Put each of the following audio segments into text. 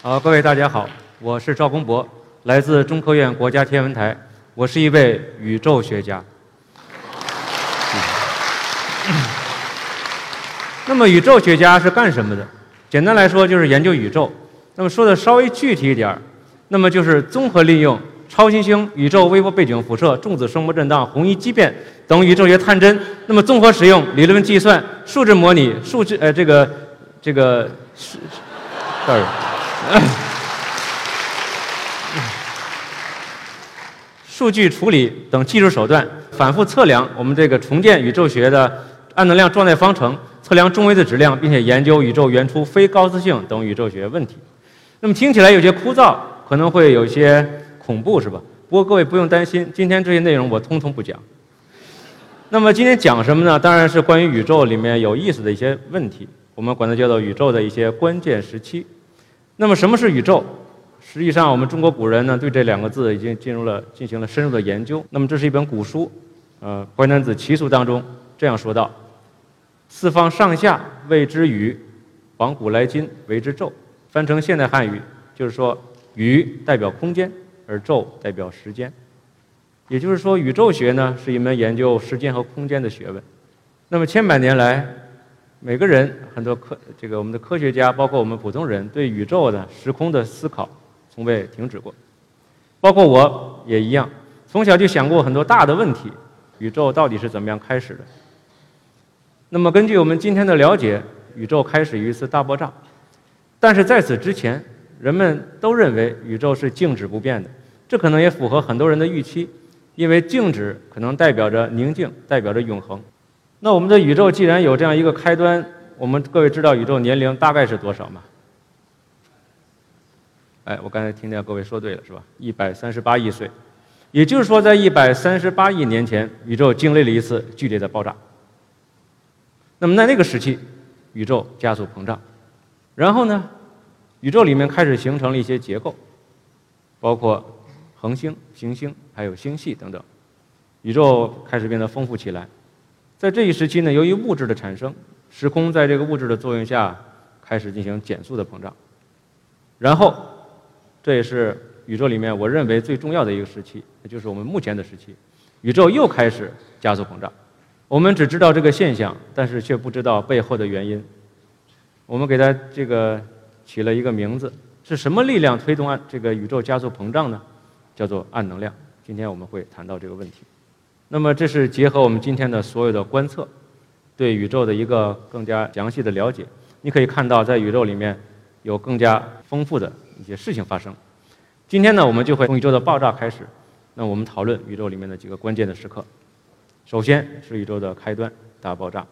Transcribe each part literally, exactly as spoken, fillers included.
好，各位大家好，我是赵公博，来自中科院国家天文台，我是一位宇宙学家。那么宇宙学家是干什么的？简单来说就是研究宇宙。那么说的稍微具体一点，那么就是综合利用超新星、宇宙微波背景辐射、重子声波震荡、红移畸变等宇宙学探针，那么综合使用理论计算、数值模拟、数值呃这个这个，sorry，数据处理等技术手段，反复测量我们这个重建宇宙学的暗能量状态方程，测量中微子质量，并且研究宇宙原初非高斯性等宇宙学问题。那么听起来有些枯燥，可能会有些恐怖，是吧？不过各位不用担心，今天这些内容我通通不讲。那么今天讲什么呢？当然是关于宇宙里面有意思的一些问题，我们管它叫做宇宙的一些关键时期。那么什么是宇宙？实际上我们中国古人呢对这两个字已经进入了进行了深入的研究。那么这是一本古书，呃，《淮南子·齐俗》当中这样说道：四方上下谓之宇，往古来今为之宙。翻成现代汉语就是说，宇代表空间，而宙代表时间。也就是说，宇宙学呢是一门研究时间和空间的学问。那么千百年来，每个人很多科这个我们的科学家，包括我们普通人，对宇宙的时空的思考从未停止过。包括我也一样，从小就想过很多大的问题，宇宙到底是怎么样开始的？那么根据我们今天的了解，宇宙开始于一次大爆炸。但是在此之前，人们都认为宇宙是静止不变的，这可能也符合很多人的预期，因为静止可能代表着宁静，代表着永恒。那我们的宇宙既然有这样一个开端，我们各位知道宇宙年龄大概是多少吗？哎，我刚才听见各位说对了，是吧？一百三十八亿岁，也就是说，在一百三十八亿年前，宇宙经历了一次剧烈的爆炸。那么在那个时期，宇宙加速膨胀，然后呢，宇宙里面开始形成了一些结构，包括恒星、行星还有星系等等，宇宙开始变得丰富起来。在这一时期呢，由于物质的产生，时空在这个物质的作用下开始进行减速的膨胀，然后这也是宇宙里面我认为最重要的一个时期，也就是我们目前的时期，宇宙又开始加速膨胀。我们只知道这个现象，但是却不知道背后的原因。我们给它这个起了一个名字，是什么力量推动暗这个宇宙加速膨胀呢？叫做暗能量。今天我们会谈到这个问题。那么这是结合我们今天的所有的观测，对宇宙的一个更加详细的了解。你可以看到，在宇宙里面有更加丰富的一些事情发生。今天呢，我们就会从宇宙的爆炸开始，那我们讨论宇宙里面的几个关键的时刻。首先是宇宙的开端，大爆炸。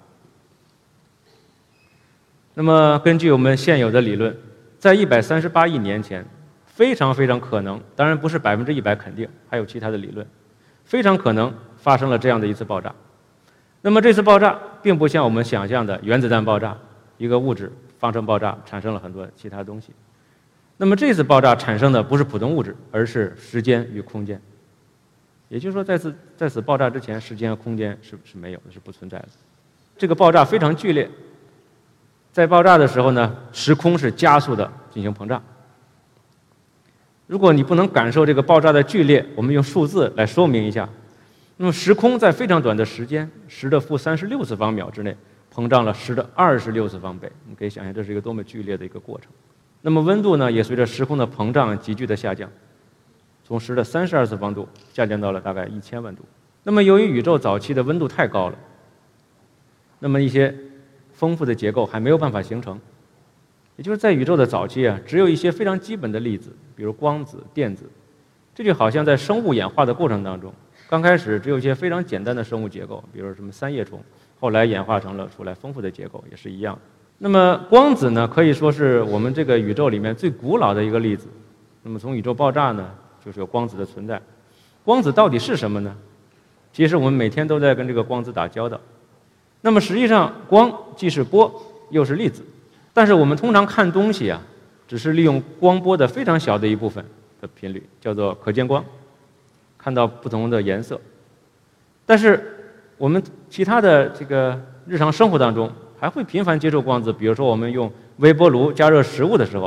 那么根据我们现有的理论，在一百三十八亿年前，非常非常可能，当然不是百分之一百肯定，还有其他的理论，非常可能发生了这样的一次爆炸。那么这次爆炸并不像我们想象的原子弹爆炸，一个物质发生爆炸产生了很多其他东西。那么这次爆炸产生的不是普通物质，而是时间与空间。也就是说，在此在此爆炸之前，时间和空间是是没有的，是不存在的。这个爆炸非常剧烈，在爆炸的时候呢，时空是加速的进行膨胀。如果你不能感受这个爆炸的剧烈，我们用数字来说明一下。那么时空在非常短的时间，十的负三十六次方秒之内，膨胀了十的二十六次方倍。你可以想象，这是一个多么剧烈的一个过程。那么温度呢，也随着时空的膨胀急剧的下降，从十的三十二次方度下降到了大概一千万度。那么由于宇宙早期的温度太高了，那么一些丰富的结构还没有办法形成。也就是在宇宙的早期啊，只有一些非常基本的粒子，比如光子、电子。这就好像在生物演化的过程当中，刚开始只有一些非常简单的生物结构，比如什么三叶虫，后来演化成了出来丰富的结构，也是一样的。那么光子呢，可以说是我们这个宇宙里面最古老的一个粒子。那么从宇宙爆炸呢，就是有光子的存在。光子到底是什么呢？其实我们每天都在跟这个光子打交道。那么实际上，光既是波，又是粒子。但是我们通常看东西啊，只是利用光波的非常小的一部分的频率，叫做可见光，看到不同的颜色。但是我们其他的这个日常生活当中，还会频繁接触光子。比如说我们用微波炉加热食物的时候，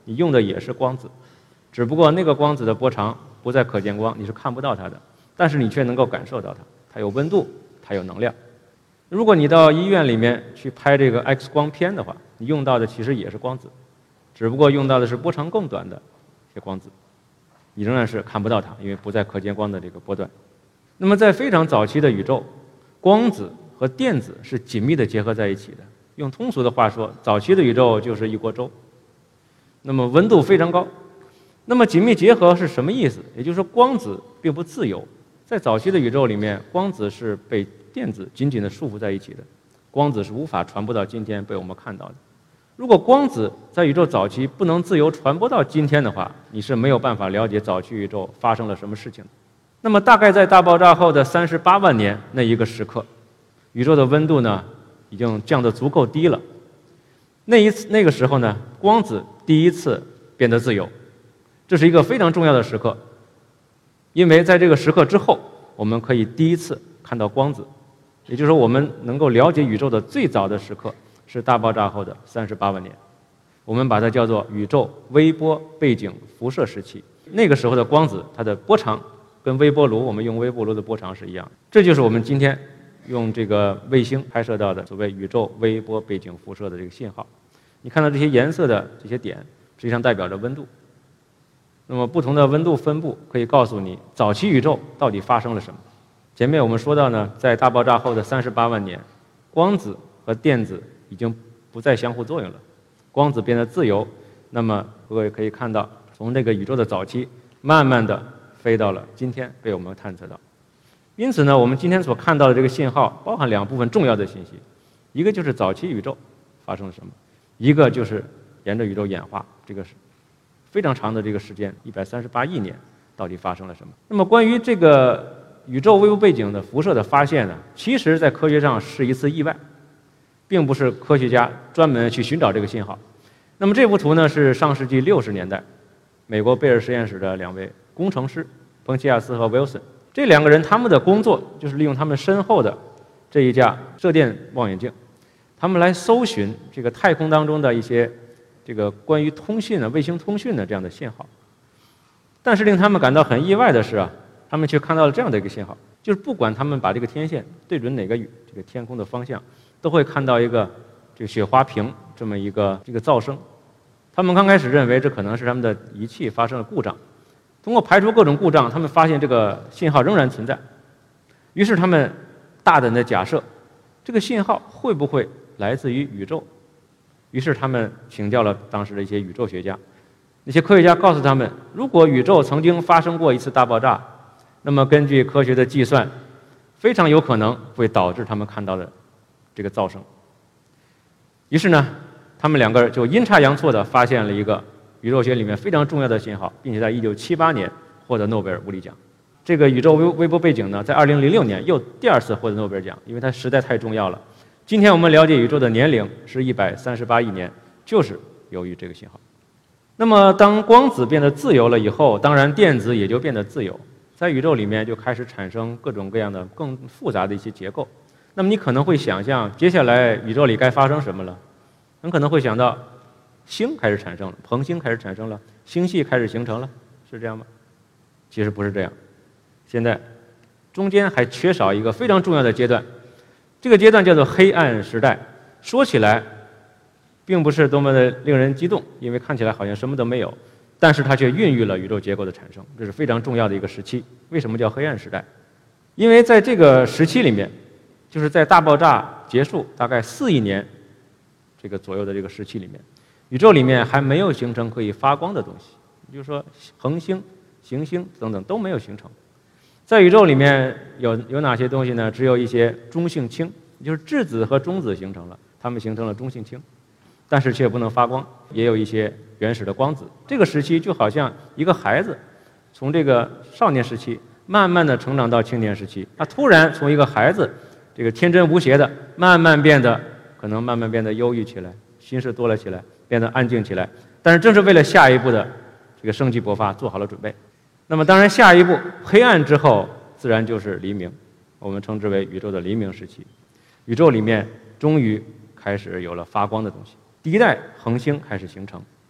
你用的也是光子，只不过那个光子的波长不在可见光，你是看不到它的，但是你却能够感受到它，它有温度，它有能量。如果你到医院里面去拍这个 X 光片的话，你用到的其实也是光子，只不过用到的是波长更短的一些光子，你仍然是看不到它，因为不在可见光的这个波段。那么在非常早期的宇宙，光子和电子是紧密的结合在一起的。用通俗的话说，早期的宇宙就是一锅粥，那么温度非常高。那么紧密结合是什么意思？也就是说，光子并不自由。在早期的宇宙里面，光子是被电子紧紧地束缚在一起的，光子是无法传播到今天被我们看到的。如果光子在宇宙早期不能自由传播到今天的话，你是没有办法了解早期宇宙发生了什么事情的。那么大概在大爆炸后的三十八万年那一个时刻，宇宙的温度呢已经降得足够低了。那一次那个时候呢，光子第一次变得自由，这是一个非常重要的时刻，因为在这个时刻之后，我们可以第一次看到光子，也就是说，我们能够了解宇宙的最早的时刻是大爆炸后的三十八万年，我们把它叫做宇宙微波背景辐射时期。那个时候的光子，它的波长跟微波炉我们用微波炉的波长是一样的，这就是我们今天用这个卫星拍摄到的所谓宇宙微波背景辐射的这个信号。你看到这些颜色的这些点，实际上代表着温度。那么不同的温度分布可以告诉你早期宇宙到底发生了什么。前面我们说到呢，在大爆炸后的三十八万年，光子和电子已经不再相互作用了，光子变得自由。那么各位可以看到，从这个宇宙的早期，慢慢的飞到了今天，被我们探测到。因此呢，我们今天所看到的这个信号包含两部分重要的信息，一个就是早期宇宙发生了什么，一个就是沿着宇宙演化这个是非常长的这个时间一百三十八亿年到底发生了什么。那么关于这个宇宙微波背景的辐射的发现呢，其实在科学上是一次意外，并不是科学家专门去寻找这个信号。那么这幅图呢，是上世纪六十年代美国贝尔实验室的两位工程师彭齐亚斯和 Wilson， 这两个人他们的工作就是利用他们身后的这一架射电望远镜，他们来搜寻这个太空当中的一些这个关于通讯的卫星通讯的这样的信号。但是令他们感到很意外的是啊，他们却看到了这样的一个信号，就是不管他们把这个天线对准哪个宇这个天空的方向，都会看到一个这个雪花屏这么一个这个噪声。他们刚开始认为这可能是他们的仪器发生了故障，通过排除各种故障，他们发现这个信号仍然存在。于是他们大胆的假设，这个信号会不会来自于宇宙？于是他们请教了当时的一些宇宙学家，那些科学家告诉他们，如果宇宙曾经发生过一次大爆炸，那么根据科学的计算，非常有可能会导致他们看到的这个噪声。于是呢，他们两个人就阴差阳错地发现了一个宇宙学里面非常重要的信号，并且在一九七八年获得诺贝尔物理奖。这个宇宙微微波背景呢，在二零零六年又第二次获得诺贝尔奖，因为它实在太重要了。今天我们了解宇宙的年龄是一百三十八亿年，就是由于这个信号。那么当光子变得自由了以后，当然电子也就变得自由，在宇宙里面就开始产生各种各样的更复杂的一些结构。那么你可能会想象，接下来宇宙里该发生什么了？很可能会想到星开始产生了，恒星开始产生了，星系开始形成了，是这样吗？其实不是这样。现在中间还缺少一个非常重要的阶段，这个阶段叫做黑暗时代。说起来并不是多么的令人激动，因为看起来好像什么都没有，但是它却孕育了宇宙结构的产生，这是非常重要的一个时期。为什么叫黑暗时代？因为在这个时期里面，就是在大爆炸结束大概四亿年这个左右的这个时期里面，宇宙里面还没有形成可以发光的东西，也就是说恒星、行星等等都没有形成。在宇宙里面有有哪些东西呢？只有一些中性氢，也就是质子和中子形成了，它们形成了中性氢，但是却不能发光。也有一些原始的光子。这个时期就好像一个孩子从这个少年时期慢慢的成长到青年时期，他突然从一个孩子这个天真无邪的，慢慢变得可能慢慢变得忧郁起来，心事多了起来，变得安静起来。但是正是为了下一步的这个生机勃发做好了准备。那么当然下一步黑暗之后自然就是黎明，我们称之为宇宙的黎明时期。宇宙里面终于开始有了发光的东西，第一代恒星开始形成。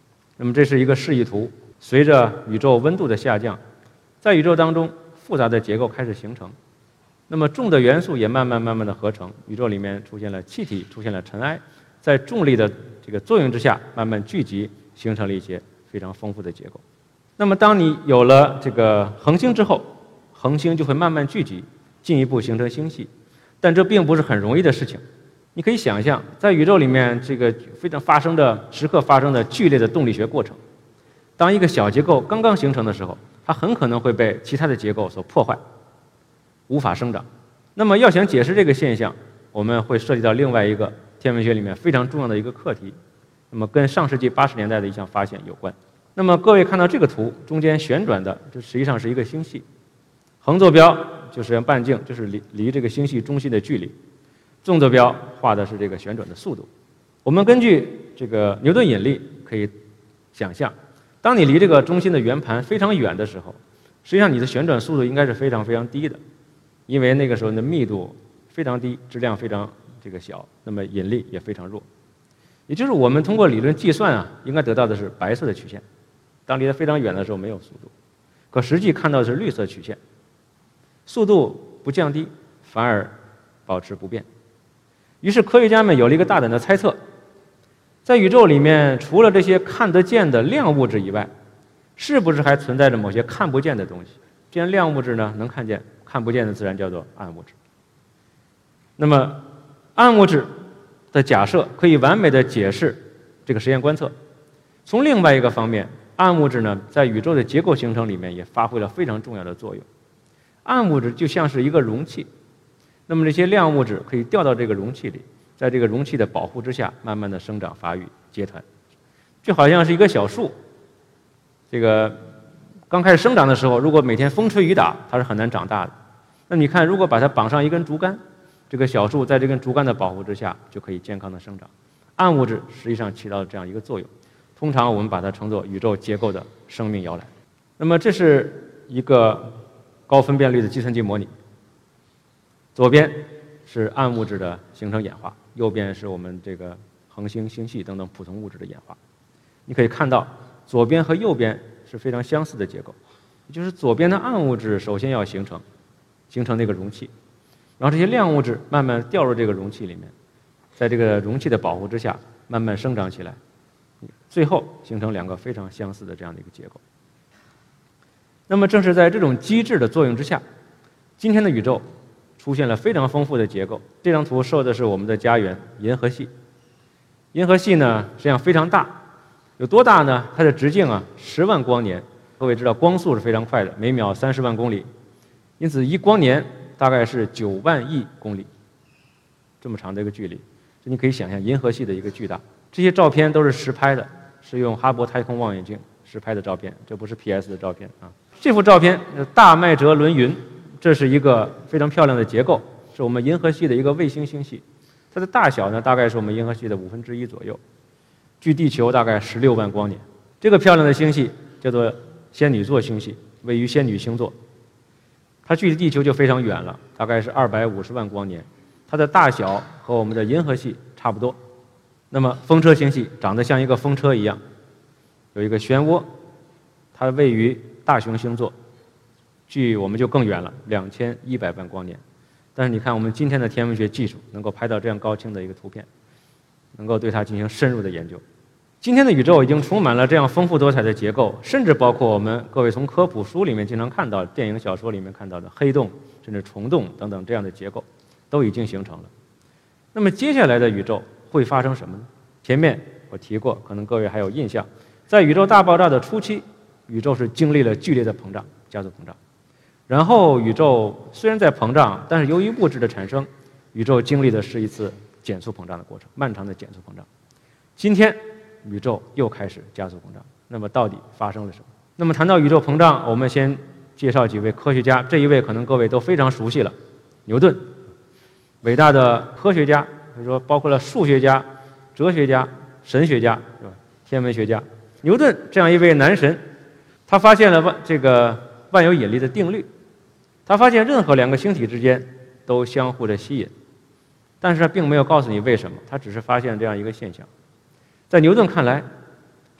那么这是一个示意图，随着宇宙温度的下降，在宇宙当中复杂的结构开始形成，那么重的元素也慢慢慢慢的合成，宇宙里面出现了气体，出现了尘埃，在重力的这个作用之下慢慢聚集，形成了一些非常丰富的结构。那么当你有了这个恒星之后，恒星就会慢慢聚集，进一步形成星系，但这并不是很容易的事情。你可以想象，在宇宙里面这个非常发生的时刻发生的剧烈的动力学过程，当一个小结构刚刚形成的时候，它很可能会被其他的结构所破坏，无法生长。那么要想解释这个现象，我们会涉及到另外一个天文学里面非常重要的一个课题，那么跟上世纪八十年代的一项发现有关。那么各位看到这个图，中间旋转的这实际上是一个星系，横坐标就是半径，就是离离这个星系中心的距离，纵坐标画的是这个旋转的速度。我们根据这个牛顿引力可以想象，当你离这个中心的圆盘非常远的时候，实际上你的旋转速度应该是非常非常低的，因为那个时候你的密度非常低，质量非常这个小，那么引力也非常弱。也就是我们通过理论计算啊，应该得到的是白色的曲线。当离得非常远的时候没有速度，可实际看到的是绿色曲线，速度不降低，反而保持不变。于是科学家们有了一个大胆的猜测，在宇宙里面除了这些看得见的亮物质以外，是不是还存在着某些看不见的东西？既然亮物质呢能看见，看不见的自然叫做暗物质。那么暗物质的假设可以完美的解释这个实验观测。从另外一个方面，暗物质呢在宇宙的结构形成里面也发挥了非常重要的作用。暗物质就像是一个容器，那么这些亮物质可以掉到这个容器里，在这个容器的保护之下慢慢的生长发育结团，就好像是一个小树，这个刚开始生长的时候，如果每天风吹雨打，它是很难长大的。那你看，如果把它绑上一根竹竿，这个小树在这根竹竿的保护之下就可以健康的生长。暗物质实际上起到了这样一个作用，通常我们把它称作宇宙结构的生命摇篮。那么这是一个高分辨率的计算机模拟，左边是暗物质的形成演化，右边是我们这个恒星、星系等等普通物质的演化。你可以看到左边和右边是非常相似的结构，也就是左边的暗物质首先要形成形成那个容器，然后这些亮物质慢慢掉入这个容器里面，在这个容器的保护之下慢慢生长起来，最后形成两个非常相似的这样的一个结构。那么正是在这种机制的作用之下，今天的宇宙出现了非常丰富的结构。这张图受的是我们的家园银河系。银河系呢实际上非常大，有多大呢？它的直径啊十万光年。各位知道光速是非常快的，每秒三十万公里，因此一光年大概是九万亿公里，这么长的一个距离，这你可以想象银河系的一个巨大。这些照片都是实拍的，是用哈勃太空望远镜实拍的照片，这不是 P S 的照片啊。这幅照片大麦哲伦云，这是一个非常漂亮的结构，是我们银河系的一个卫星星系，它的大小呢大概是我们银河系的五分之一左右，距地球大概十六万光年。这个漂亮的星系叫做仙女座星系，位于仙女星座，它距离地球就非常远了，大概是二百五十万光年，它的大小和我们的银河系差不多。那么风车星系长得像一个风车一样，有一个漩涡，它位于大熊星座，距我们就更远了，两千一百万光年。但是你看我们今天的天文学技术能够拍到这样高清的一个图片，能够对它进行深入的研究。今天的宇宙已经充满了这样丰富多彩的结构，甚至包括我们各位从科普书里面经常看到、电影小说里面看到的黑洞甚至虫洞等等这样的结构都已经形成了。那么接下来的宇宙会发生什么呢？前面我提过，可能各位还有印象，在宇宙大爆炸的初期，宇宙是经历了剧烈的膨胀，加速膨胀。然后宇宙虽然在膨胀，但是由于物质的产生，宇宙经历的是一次减速膨胀的过程，漫长的减速膨胀。今天宇宙又开始加速膨胀，那么到底发生了什么？那么谈到宇宙膨胀，我们先介绍几位科学家，这一位可能各位都非常熟悉了，牛顿，伟大的科学家，比如说包括了数学家、哲学家、神学家，是吧？天文学家。牛顿这样一位男神，他发现了万这个万有引力的定律，他发现任何两个星体之间都相互的吸引，但是他并没有告诉你为什么，他只是发现这样一个现象。在牛顿看来，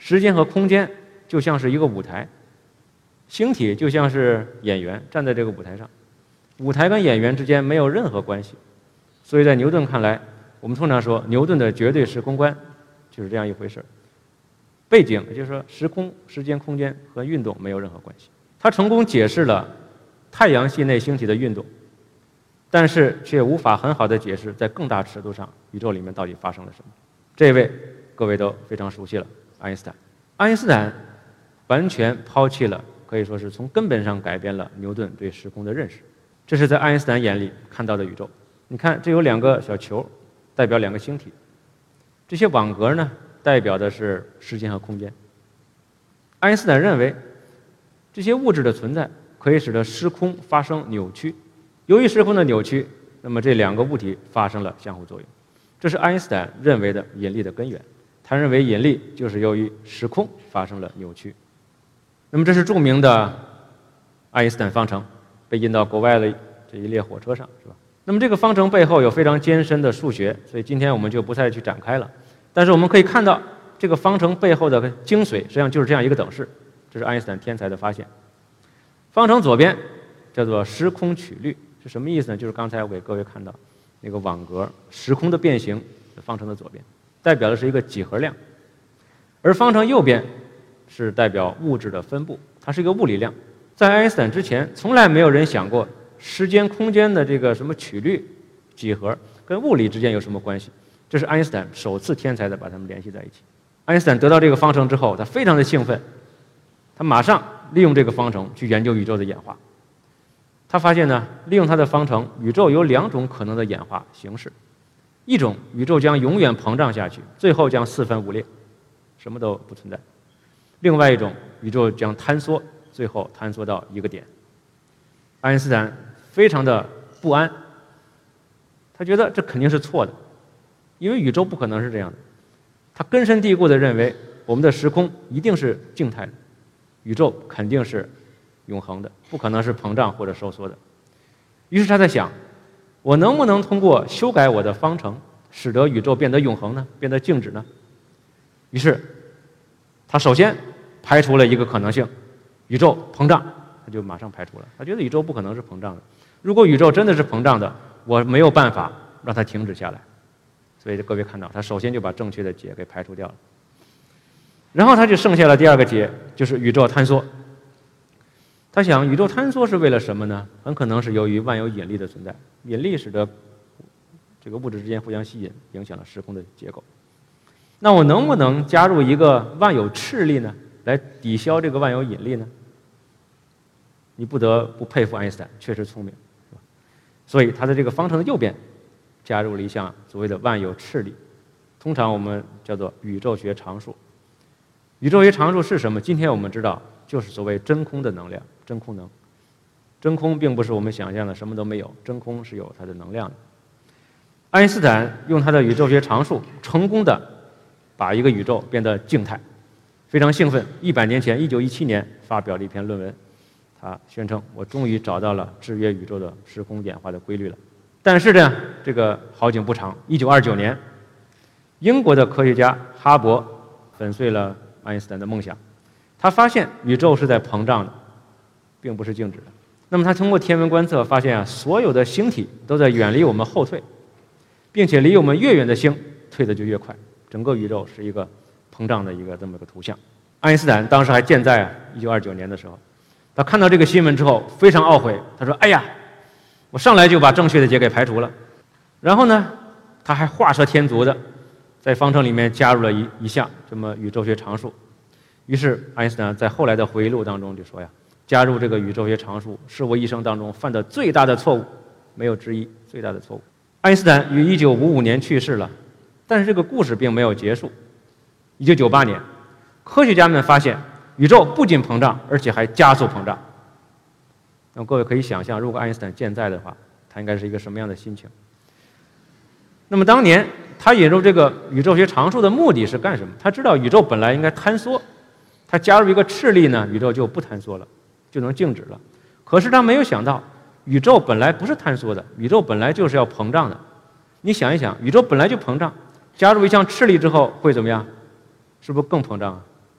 时间和空间就像是一个舞台，星体就像是演员站在这个舞台上，舞台跟演员之间没有任何关系。所以在牛顿看来，我们通常说牛顿的绝对时空观就是这样一回事。背景也就是说时空、时间、空间和运动没有任何关系。他成功解释了太阳系内星体的运动，但是却无法很好的解释在更大尺度上宇宙里面到底发生了什么。这位各位都非常熟悉了，爱因斯坦。爱因斯坦完全抛弃了，可以说是从根本上改变了牛顿对时空的认识。这是在爱因斯坦眼里看到的宇宙。你看，这有两个小球，代表两个星体。这些网格呢，代表的是时间和空间。爱因斯坦认为，这些物质的存在可以使得时空发生扭曲。由于时空的扭曲，那么这两个物体发生了相互作用。这是爱因斯坦认为的引力的根源。他认为引力就是由于时空发生了扭曲。那么这是著名的爱因斯坦方程，被印到国外的这一列火车上，是吧？那么这个方程背后有非常艰深的数学，所以今天我们就不再去展开了。但是我们可以看到，这个方程背后的精髓实际上就是这样一个等式，这是爱因斯坦天才的发现。方程左边叫做时空曲率，是什么意思呢？就是刚才我给各位看到那个网格，时空的变形，方程的左边代表的是一个几何量，而方程右边是代表物质的分布，它是一个物理量。在爱因斯坦之前，从来没有人想过时间空间的这个什么曲率几何跟物理之间有什么关系。这是爱因斯坦首次天才的把它们联系在一起。爱因斯坦得到这个方程之后，他非常的兴奋，他马上利用这个方程去研究宇宙的演化。他发现呢，利用他的方程，宇宙有两种可能的演化形式：一种宇宙将永远膨胀下去，最后将四分五裂，什么都不存在；另外一种宇宙将坍缩，最后坍缩到一个点。爱因斯坦非常的不安，他觉得这肯定是错的，因为宇宙不可能是这样的。他根深蒂固地认为我们的时空一定是静态的，宇宙肯定是永恒的，不可能是膨胀或者收缩的。于是他在想，我能不能通过修改我的方程，使得宇宙变得永恒呢？变得静止呢？于是他首先排除了一个可能性，宇宙膨胀，他就马上排除了。他觉得宇宙不可能是膨胀的，如果宇宙真的是膨胀的，我没有办法让它停止下来。所以各位看到，他首先就把正确的解给排除掉了。然后他就剩下了第二个解，就是宇宙坍缩。他想，宇宙坍缩是为了什么呢？很可能是由于万有引力的存在，引力使得这个物质之间互相吸引，影响了时空的结构。那我能不能加入一个万有斥力呢，来抵消这个万有引力呢？你不得不佩服爱因斯坦，确实聪明，是吧？所以他的这个方程的右边加入了一项所谓的万有斥力，通常我们叫做宇宙学常数。宇宙学常数是什么？今天我们知道，就是所谓真空的能量，真空能。真空并不是我们想象的什么都没有，真空是有它的能量的。爱因斯坦用他的宇宙学常数，成功的把一个宇宙变得静态，非常兴奋。一百年前，一九一七年发表了一篇论文，他宣称我终于找到了制约宇宙的时空演化的规律了。但是呢，这个好景不长，一九二九年，英国的科学家哈勃粉碎了爱因斯坦的梦想，他发现宇宙是在膨胀的，并不是静止的。那么他通过天文观测发现啊，所有的星体都在远离我们后退，并且离我们越远的星退得就越快，整个宇宙是一个膨胀的一个这么个图像。爱因斯坦当时还健在啊，一九二九年的时候，他看到这个新闻之后非常懊悔，他说：“哎呀，我上来就把正确的解给排除了。”然后呢，他还画蛇添足的在方程里面加入了一一项这么宇宙学常数。于是爱因斯坦在后来的回忆录当中就说呀，加入这个宇宙学常数是我一生当中犯的最大的错误，没有之一，最大的错误。爱因斯坦于一九五五年去世了，但是这个故事并没有结束。一九九八年，科学家们发现宇宙不仅膨胀，而且还加速膨胀。那么各位可以想象，如果爱因斯坦健在的话，他应该是一个什么样的心情？那么当年他引入这个宇宙学常数的目的是干什么？他知道宇宙本来应该坍缩，他加入一个斥力呢，宇宙就不坍缩了，就能静止了。可是他没有想到，宇宙本来不是坍缩的，宇宙本来就是要膨胀的。你想一想，宇宙本来就膨胀，加入一项斥力之后会怎么样？是不是更膨胀啊？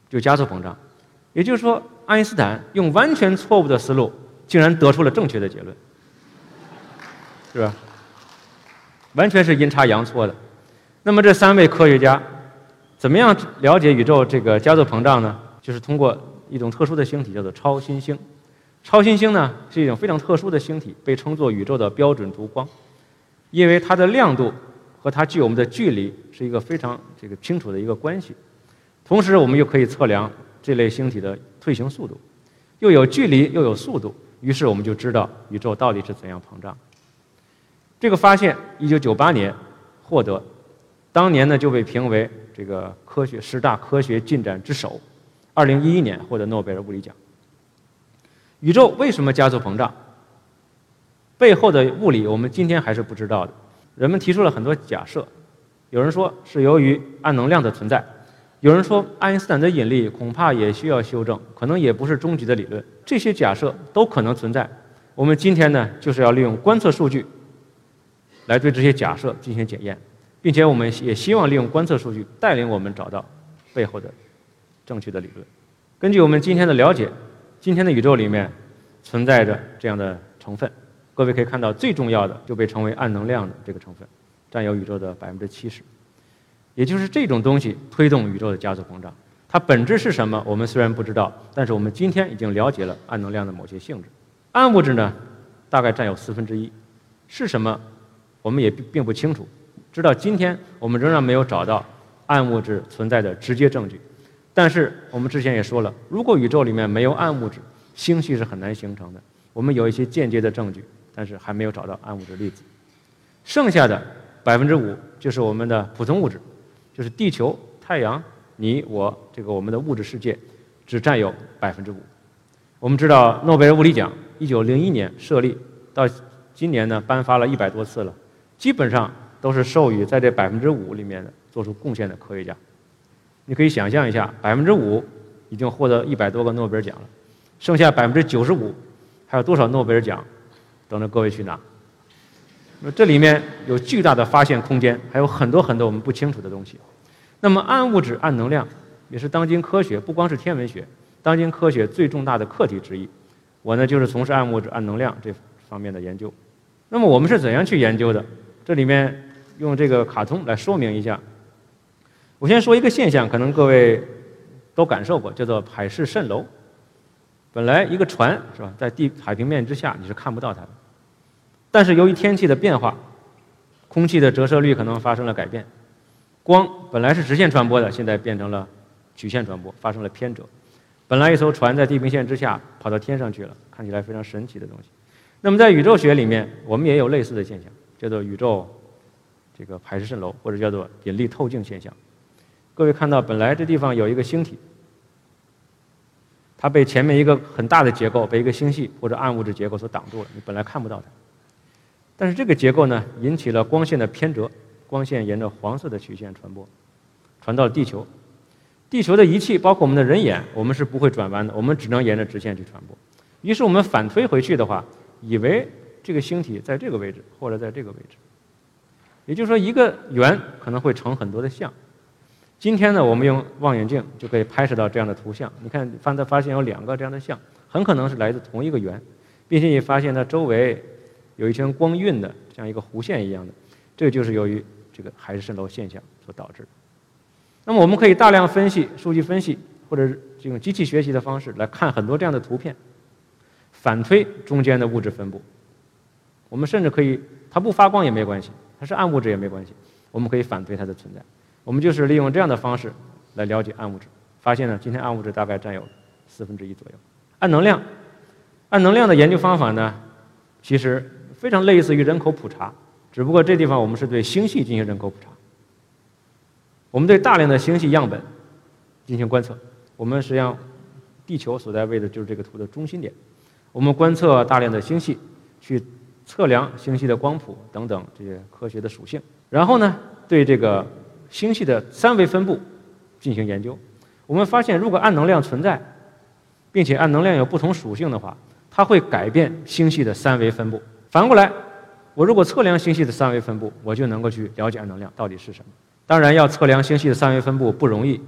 就加速膨胀。也就是说，爱因斯坦用完全错误的思路，竟然得出了正确的结论，是吧？完全是阴差阳错的。那么这三位科学家怎么样了解宇宙这个加速膨胀呢？就是通过一种特殊的星体，叫做超新星。超新星呢是一种非常特殊的星体，被称作宇宙的标准读光，因为它的亮度和它距我们的距离是一个非常这个清楚的一个关系。同时，我们又可以测量这类星体的退行速度，又有距离又有速度，于是我们就知道宇宙到底是怎样膨胀。这个发现一九九八年获得，当年呢就被评为这个科学十大科学进展之首。二零一一年获得诺贝尔物理奖。宇宙为什么加速膨胀？背后的物理我们今天还是不知道的。人们提出了很多假设，有人说是由于暗能量的存在，有人说爱因斯坦的引力恐怕也需要修正，可能也不是终极的理论。这些假设都可能存在。我们今天呢，就是要利用观测数据来对这些假设进行检验，并且我们也希望利用观测数据带领我们找到背后的正确的理论。根据我们今天的了解，今天的宇宙里面存在着这样的成分，各位可以看到，最重要的就被称为暗能量的这个成分，占有宇宙的百分之七十。也就是这种东西推动宇宙的加速膨胀。它本质是什么？我们虽然不知道，但是我们今天已经了解了暗能量的某些性质。暗物质呢，大概占有四分之一，是什么？我们也并不清楚。直到今天，我们仍然没有找到暗物质存在的直接证据。但是我们之前也说了，如果宇宙里面没有暗物质，星系是很难形成的。我们有一些间接的证据，但是还没有找到暗物质粒子。剩下的百分之五就是我们的普通物质，就是地球、太阳、你我这个我们的物质世界，只占有百分之五。我们知道诺贝尔物理奖一九零一年设立，到今年呢颁发了一百多次了，基本上都是授予在这百分之五里面的做出贡献的科学家。你可以想象一下，百分之五已经获得一百多个诺贝尔奖了，剩下百分之九十五还有多少诺贝尔奖等着各位去拿？那这里面有巨大的发现空间，还有很多很多我们不清楚的东西。那么暗物质、暗能量也是当今科学，不光是天文学，当今科学最重大的课题之一。我呢就是从事暗物质、暗能量这方面的研究。那么我们是怎样去研究的？这里面用这个卡通来说明一下。我先说一个现象，可能各位都感受过，叫做海市蜃楼。本来一个船是吧，在地海平面之下你是看不到它的，但是由于天气的变化，空气的折射率可能发生了改变，光本来是直线传播的，现在变成了曲线传播，发生了偏折。本来一艘船在地平线之下跑到天上去了，看起来非常神奇的东西。那么在宇宙学里面，我们也有类似的现象，叫做宇宙这个海市蜃楼，或者叫做引力透镜现象。各位看到，本来这地方有一个星体，它被前面一个很大的结构，被一个星系或者暗物质结构所挡住了，你本来看不到它。但是这个结构呢，引起了光线的偏折，光线沿着黄色的曲线传播，传到了地球。地球的仪器，包括我们的人眼，我们是不会转弯的，我们只能沿着直线去传播。于是我们反推回去的话，以为这个星体在这个位置，或者在这个位置。也就是说，一个圆可能会成很多的像。今天呢，我们用望远镜就可以拍摄到这样的图像。你看，发发现有两个这样的像，很可能是来自同一个圆，并且也发现它周围有一圈光晕的，像一个弧线一样的。这个就是由于这个海市蜃楼现象所导致的。那么我们可以大量分析、数据分析，或者这种机器学习的方式来看很多这样的图片，反推中间的物质分布。我们甚至可以，它不发光也没关系，它是暗物质也没关系，我们可以反推它的存在。我们就是利用这样的方式来了解暗物质，发现呢，今天暗物质大概占有四分之一左右。暗能量，暗能量的研究方法呢，其实非常类似于人口普查，只不过这地方我们是对星系进行人口普查。我们对大量的星系样本进行观测，我们实际上地球所在位的就是这个图的中心点。我们观测大量的星系，去测量星系的光谱等等这些科学的属性，然后呢，对这个星系的三维分布进行研究。我们发现，如果暗能量存在，并且暗能量有不同属性的话，它会改变星系的三维分布。反过来，我如果测量星系的三维分布，我就能够去了解暗能量到底是什么。当然，要测量星系的三维分布不容易，我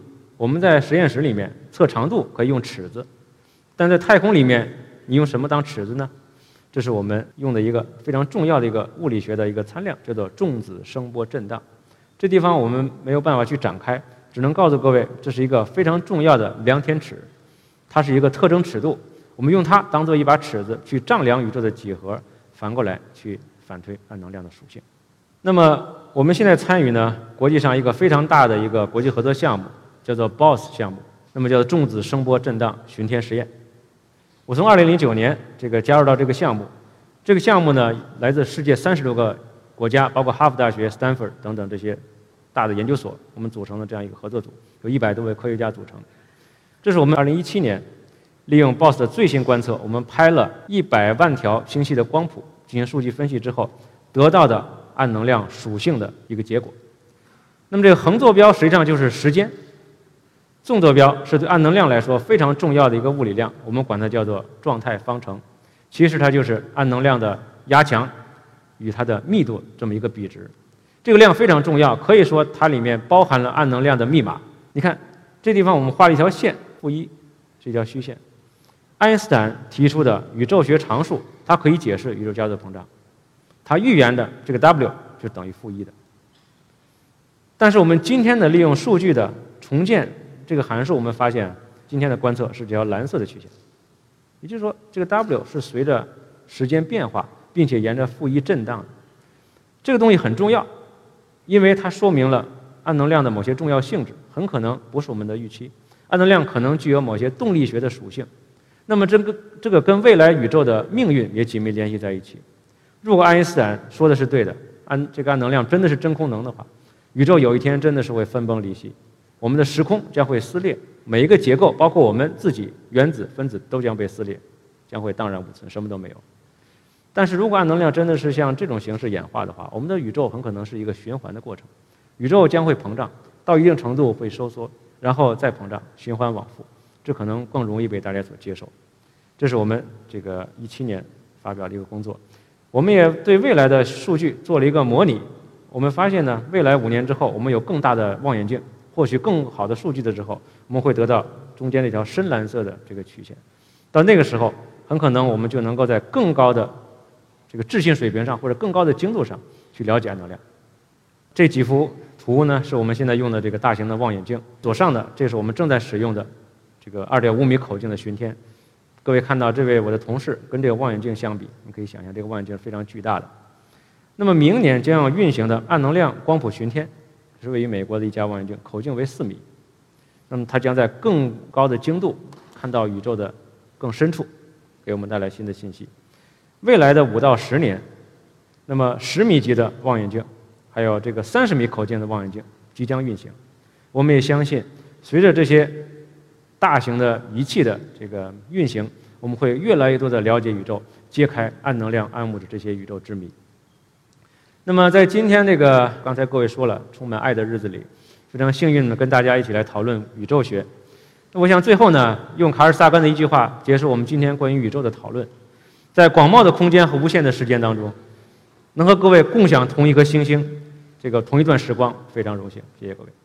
我们在实验室里面测长度可以用尺子，但在太空里面，你用什么当尺子呢？这是我们用的一个非常重要的一个物理学的一个参量，叫做重子声波振荡。这地方我们没有办法去展开，只能告诉各位，这是一个非常重要的量天尺，它是一个特征尺度，我们用它当做一把尺子去丈量宇宙的几何，反过来去反推暗能量的属性。那么我们现在参与呢，国际上一个非常大的一个国际合作项目，叫做 B O S S 项目，那么叫做重子声波振荡巡天实验。我从二零零九年这个加入到这个项目，这个项目呢来自世界三十多个国家，包括哈佛大学、斯坦福等等这些大的研究所，我们组成了这样一个合作组，有一百多位科学家组成。这是我们二零一七年利用 B O S S 的最新观测，我们拍了一百万条星系的光谱，进行数据分析之后得到的暗能量属性的一个结果。那么这个横坐标实际上就是时间，纵坐标是对暗能量来说非常重要的一个物理量，我们管它叫做状态方程。其实它就是暗能量的压强与它的密度这么一个比值。这个量非常重要，可以说它里面包含了暗能量的密码。你看这地方我们画了一条线，负一，这条虚线。爱因斯坦提出的宇宙学常数，它可以解释宇宙加速膨胀，它预言的这个 W 就等于负一的。但是我们今天的利用数据的重建这个函数，我们发现今天的观测是这条蓝色的曲线，也就是说这个 W 是随着时间变化，并且沿着负一震荡的。这个东西很重要，因为它说明了暗能量的某些重要性质，很可能不是我们的预期。暗能量可能具有某些动力学的属性，那么这个这个跟未来宇宙的命运也紧密联系在一起。如果爱因斯坦说的是对的，暗这个暗能量真的是真空能的话，宇宙有一天真的是会分崩离析，我们的时空将会撕裂，每一个结构，包括我们自己原子、分子都将被撕裂，将会荡然无存，什么都没有。但是如果暗能量真的是像这种形式演化的话，我们的宇宙很可能是一个循环的过程，宇宙将会膨胀，到一定程度会收缩，然后再膨胀，循环往复，这可能更容易被大家所接受。这是我们这个一七年发表的一个工作，我们也对未来的数据做了一个模拟。我们发现呢，未来五年之后，我们有更大的望远镜，获取更好的数据的时候，我们会得到中间那条深蓝色的这个曲线。到那个时候，很可能我们就能够在更高的这个质性水平上，或者更高的精度上去了解暗能量。这几幅图呢，是我们现在用的这个大型的望远镜。左上的这是我们正在使用的这个二点五米口径的巡天。各位看到这位我的同事跟这个望远镜相比，你可以想象这个望远镜是非常巨大的。那么明年将要运行的暗能量光谱巡天，是位于美国的一家望远镜，口径为四米。那么它将在更高的精度看到宇宙的更深处，给我们带来新的信息。未来的五到十年，那么十米级的望远镜，还有这个三十米口径的望远镜即将运行。我们也相信，随着这些大型的仪器的这个运行，我们会越来越多的了解宇宙，揭开暗能量、暗物质这些宇宙之谜。那么在今天这个刚才各位说了充满爱的日子里，非常幸运的跟大家一起来讨论宇宙学。那我想最后呢，用卡尔萨甘的一句话结束我们今天关于宇宙的讨论。在广袤的空间和无限的时间当中，能和各位共享同一颗星星，这个同一段时光，非常荣幸，谢谢各位。